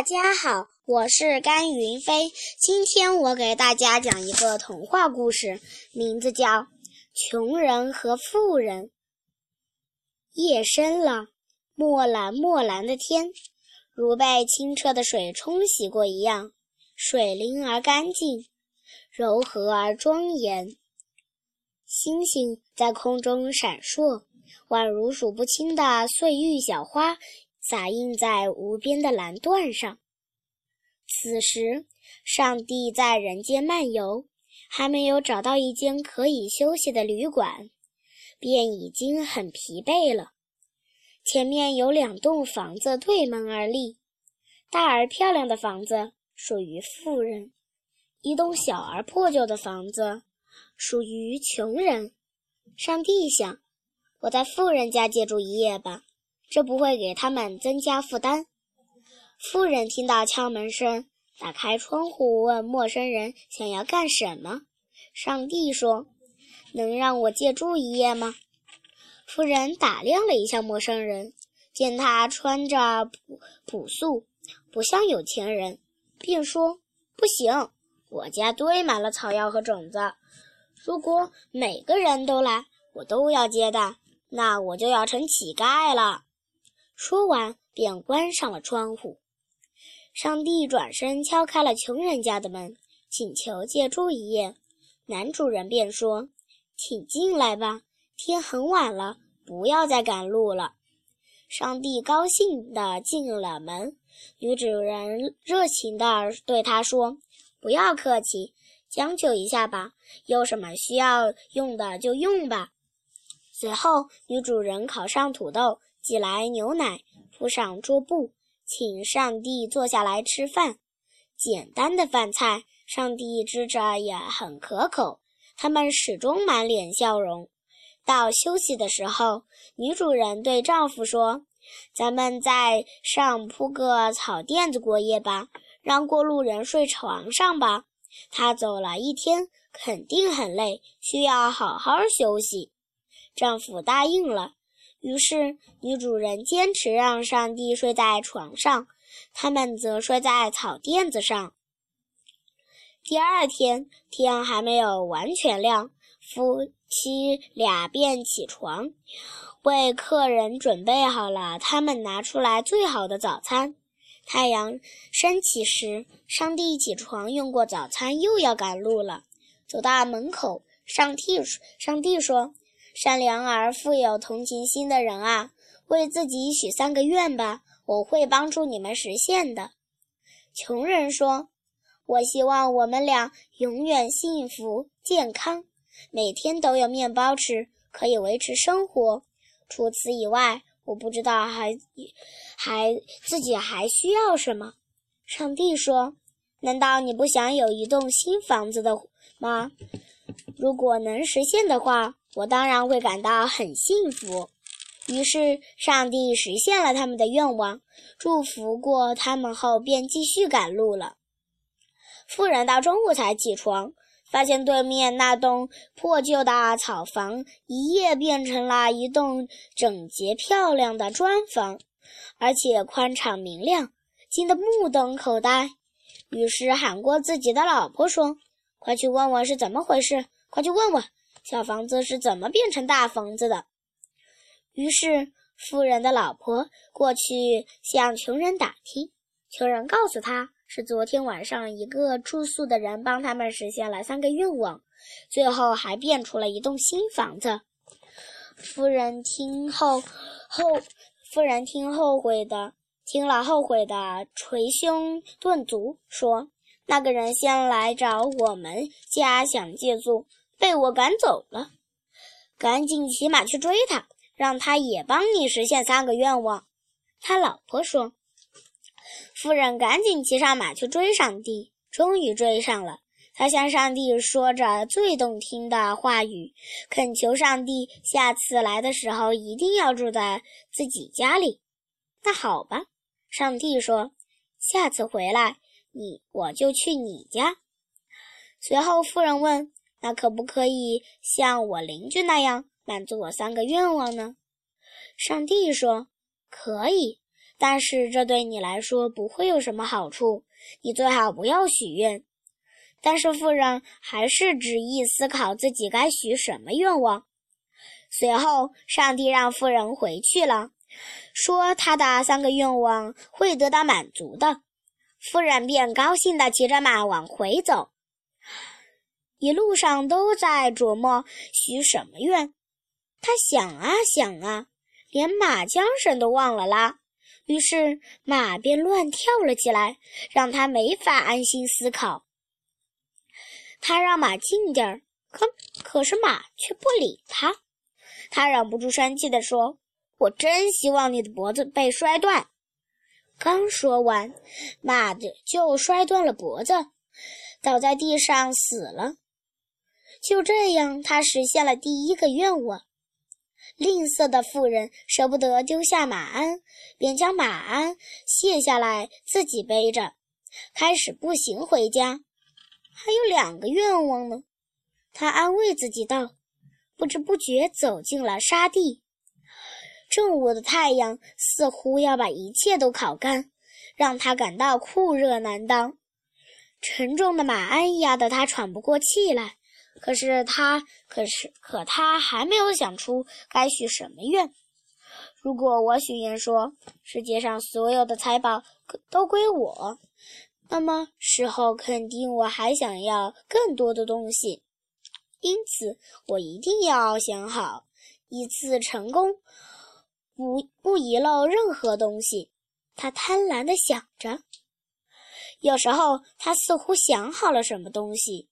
大家好，我是甘云飞。今天我给大家讲一个童话故事，名字叫《穷人和富人》。夜深了，墨蓝的天，如被清澈的水冲洗过一样，水灵而干净，柔和而庄严。星星在空中闪烁，宛如数不清的碎玉小花洒印在无边的蓝缎上。此时，上帝在人间漫游，还没有找到一间可以休息的旅馆，便已经很疲惫了。前面有2栋房子对门而立，大而漂亮的房子属于富人，一栋小而破旧的房子属于穷人。上帝想，我在富人家借住一夜吧，这不会给他们增加负担。富人听到敲门声，打开窗户问陌生人想要干什么。上帝说，能让我借住一夜吗？富人打量了一下陌生人，见他穿着朴素，不像有钱人，便说，不行，我家堆满了草药和种子，如果每个人都来，我都要接待，那我就要成乞丐了。说完便关上了窗户。上帝转身敲开了穷人家的门，请求借住一夜。男主人便说，请进来吧，天很晚了，不要再赶路了。上帝高兴地进了门，女主人热情地对他说，不要客气，将就一下吧，有什么需要用的就用吧。随后女主人烤上土豆，挤来牛奶，铺上桌布，请上帝坐下来吃饭。简单的饭菜，上帝吃着也很可口，他们始终满脸笑容。到休息的时候，女主人对丈夫说，咱们在上铺个草垫子过夜吧，让过路人睡床上吧，他走了一天，肯定很累，需要好好休息。丈夫答应了，于是女主人坚持让上帝睡在床上，他们则睡在草垫子上。第二天，天还没有完全亮，夫妻俩便起床，为客人准备好了他们拿出来最好的早餐。太阳升起时，上帝起床用过早餐，又要赶路了。走到门口，上帝说，善良而富有同情心的人啊，为自己许3个愿吧，我会帮助你们实现的。穷人说，我希望我们俩永远幸福健康，每天都有面包吃，可以维持生活。除此以外，我不知道自己还需要什么。上帝说，难道你不想有一栋新房子的吗？如果能实现的话，我当然会感到很幸福。于是上帝实现了他们的愿望，祝福过他们后便继续赶路了。富人到中午才起床，发现对面那栋破旧的草房一夜变成了一栋整洁漂亮的砖房，而且宽敞明亮，惊得目瞪口呆。于是喊过自己的老婆说，快去问问是怎么回事，快去问问小房子是怎么变成大房子的。于是富人的老婆过去向穷人打听，穷人告诉他，是昨天晚上一个住宿的人帮他们实现了3个愿望，最后还变出了一栋新房子。夫人听了后悔的捶胸顿足，说，那个人先来找我们家想借住，被我赶走了，赶紧骑马去追他，让他也帮你实现3个愿望。他老婆说。夫人赶紧骑上马去追上帝，终于追上了。他向上帝说着最动听的话语，恳求上帝下次来的时候一定要住在自己家里。那好吧，上帝说，下次回来我就去你家。随后夫人问，那可不可以像我邻居那样满足我3个愿望呢？上帝说，可以， 但是这对你来说不会有什么好处，你最好不要许愿。”但是妇人还是执意思考自己该许什么愿望。随后，上帝让妇人回去了，说她的3个愿望会得到满足的。妇人便高兴地骑着马往回走，一路上都在琢磨许什么愿。他想啊想啊，连马缰绳都忘了拉，于是马便乱跳了起来，让他没法安心思考。他让马近点儿，可是马却不理他。他忍不住生气地说：“我真希望你的脖子被摔断。”刚说完，马就摔断了脖子，倒在地上死了。就这样，他实现了第1个愿望。吝啬的妇人舍不得丢下马鞍，便将马鞍卸下来自己背着，开始步行回家。还有2个愿望呢，他安慰自己道，不知不觉走进了沙地。正午的太阳似乎要把一切都烤干，让他感到酷热难当。沉重的马鞍压得他喘不过气来，可他还没有想出该许什么愿。如果我许愿说世界上所有的财宝都归我，那么事后肯定我还想要更多的东西，因此我一定要想好，一次成功，不遗漏任何东西。他贪婪地想着。有时候他似乎想好了什么东西，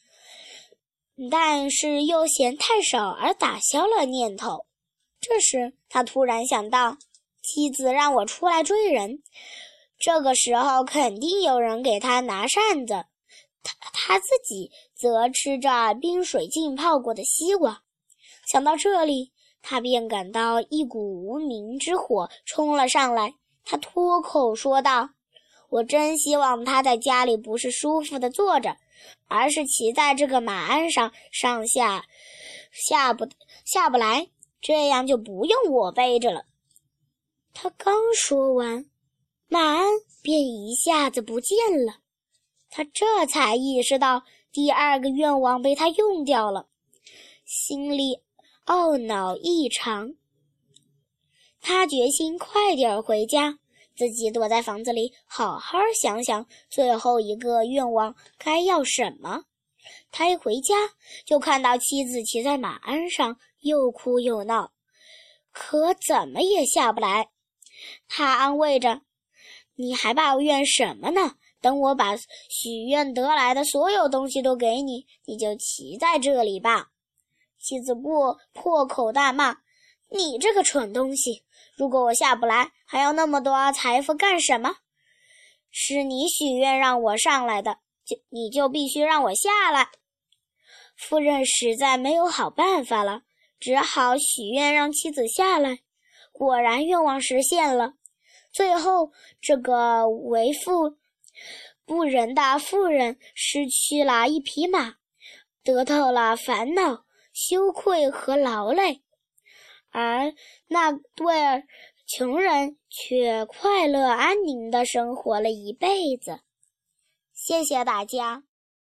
但是又嫌太少而打消了念头。这时他突然想到，妻子让我出来追人，这个时候肯定有人给他拿扇子，他自己则吃着冰水浸泡过的西瓜。想到这里，他便感到一股无名之火冲了上来。他脱口说道：“我真希望他在家里不是舒服地坐着，而是骑在这个马鞍上上下下不来，这样就不用我背着了。”他刚说完，马鞍便一下子不见了。他这才意识到第2个愿望被他用掉了，心里懊恼异常。他决心快点回家，自己躲在房子里好好想想最后1个愿望该要什么。他一回家就看到妻子骑在马鞍上又哭又闹，可怎么也下不来。他安慰着：“你还抱怨什么呢？等我把许愿得来的所有东西都给你，你就骑在这里吧。”妻子破口大骂：“你这个蠢东西！如果我下不来，还要那么多财富干什么？是你许愿让我上来的，你就必须让我下来。”夫人实在没有好办法了，只好许愿让妻子下来。果然愿望实现了。最后，这个为富不仁的妇人失去了1匹马，得到了烦恼、羞愧和劳累，而那对穷人却快乐安宁地生活了一辈子。谢谢大家。